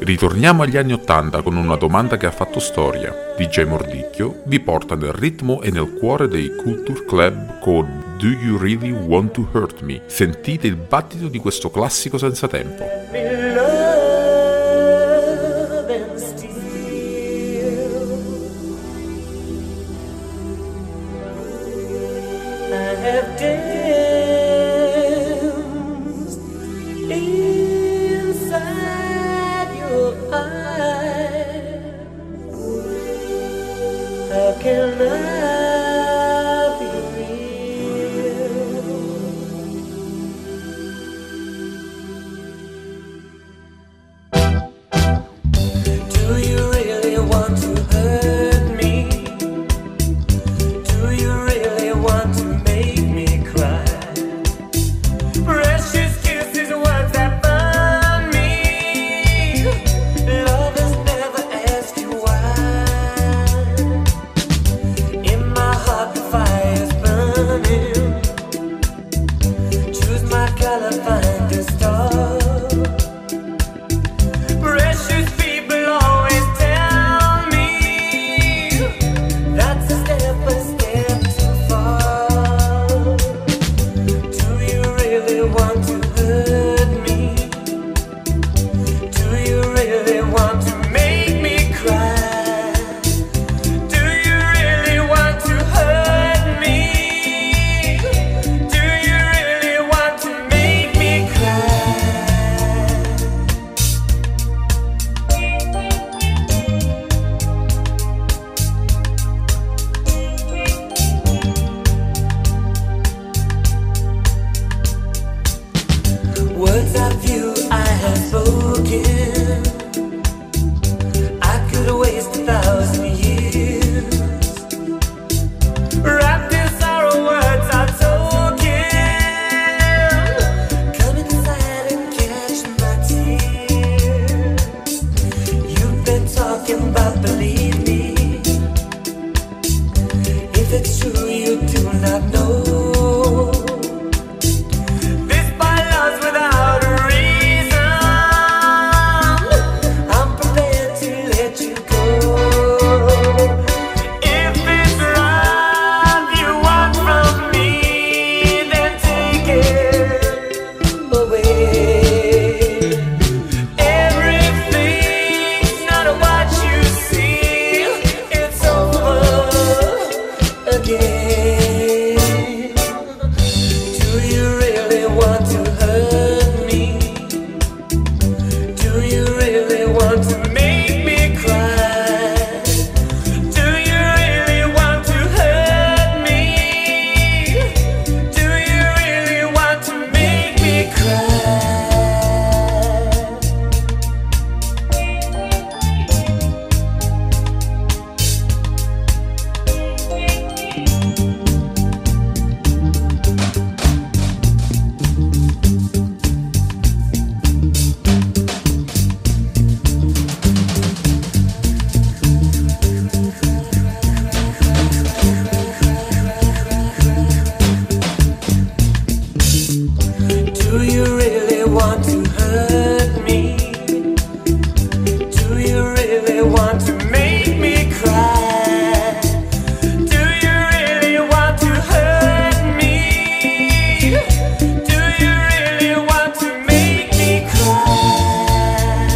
Ritorniamo agli anni '80 con una domanda che ha fatto storia. DJ Mordicchio vi porta nel ritmo e nel cuore dei Culture Club con Do You Really Want to Hurt Me? Sentite il battito di questo classico senza tempo.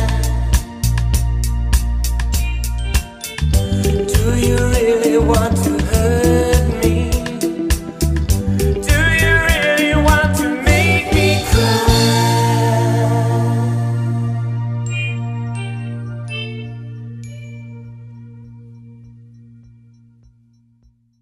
Do you really want to